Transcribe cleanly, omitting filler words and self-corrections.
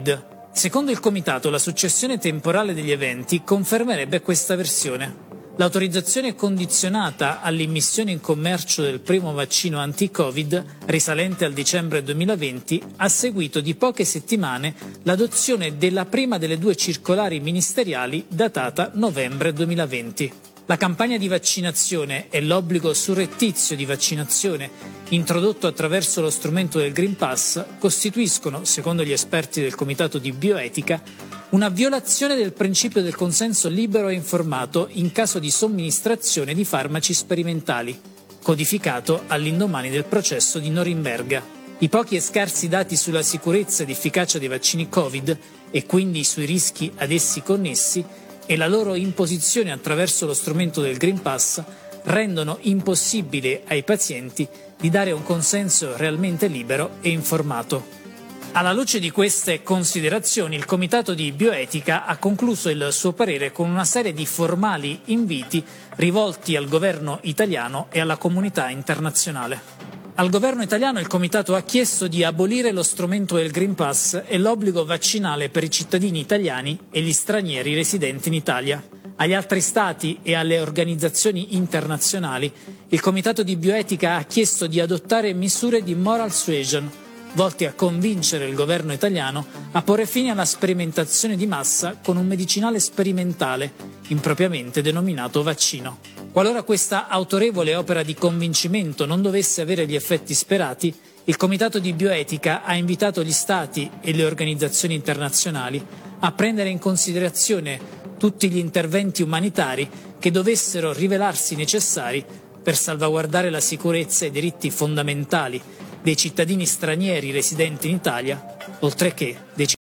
Secondo il Comitato, la successione temporale degli eventi confermerebbe questa versione. L'autorizzazione è condizionata all'immissione in commercio del primo vaccino anti-Covid, risalente al dicembre 2020, a seguito di poche settimane l'adozione della prima delle due circolari ministeriali datata novembre 2020. La campagna di vaccinazione e l'obbligo surrettizio di vaccinazione, introdotto attraverso lo strumento del Green Pass, costituiscono, secondo gli esperti del Comitato di Bioetica, una violazione del principio del consenso libero e informato in caso di somministrazione di farmaci sperimentali, codificato all'indomani del processo di Norimberga. I pochi e scarsi dati sulla sicurezza ed efficacia dei vaccini Covid e quindi sui rischi ad essi connessi e la loro imposizione attraverso lo strumento del Green Pass rendono impossibile ai pazienti di dare un consenso realmente libero e informato. Alla luce di queste considerazioni, il Comitato di Bioetica ha concluso il suo parere con una serie di formali inviti rivolti al governo italiano e alla comunità internazionale. Al governo italiano il Comitato ha chiesto di abolire lo strumento del Green Pass e l'obbligo vaccinale per i cittadini italiani e gli stranieri residenti in Italia. Agli altri Stati e alle organizzazioni internazionali, il Comitato di Bioetica ha chiesto di adottare misure di moral suasion, volti a convincere il governo italiano a porre fine alla sperimentazione di massa con un medicinale sperimentale, impropriamente denominato vaccino. Qualora questa autorevole opera di convincimento non dovesse avere gli effetti sperati, il Comitato di Bioetica ha invitato gli Stati e le organizzazioni internazionali a prendere in considerazione tutti gli interventi umanitari che dovessero rivelarsi necessari per salvaguardare la sicurezza e i diritti fondamentali dei cittadini stranieri residenti in Italia, oltre che dei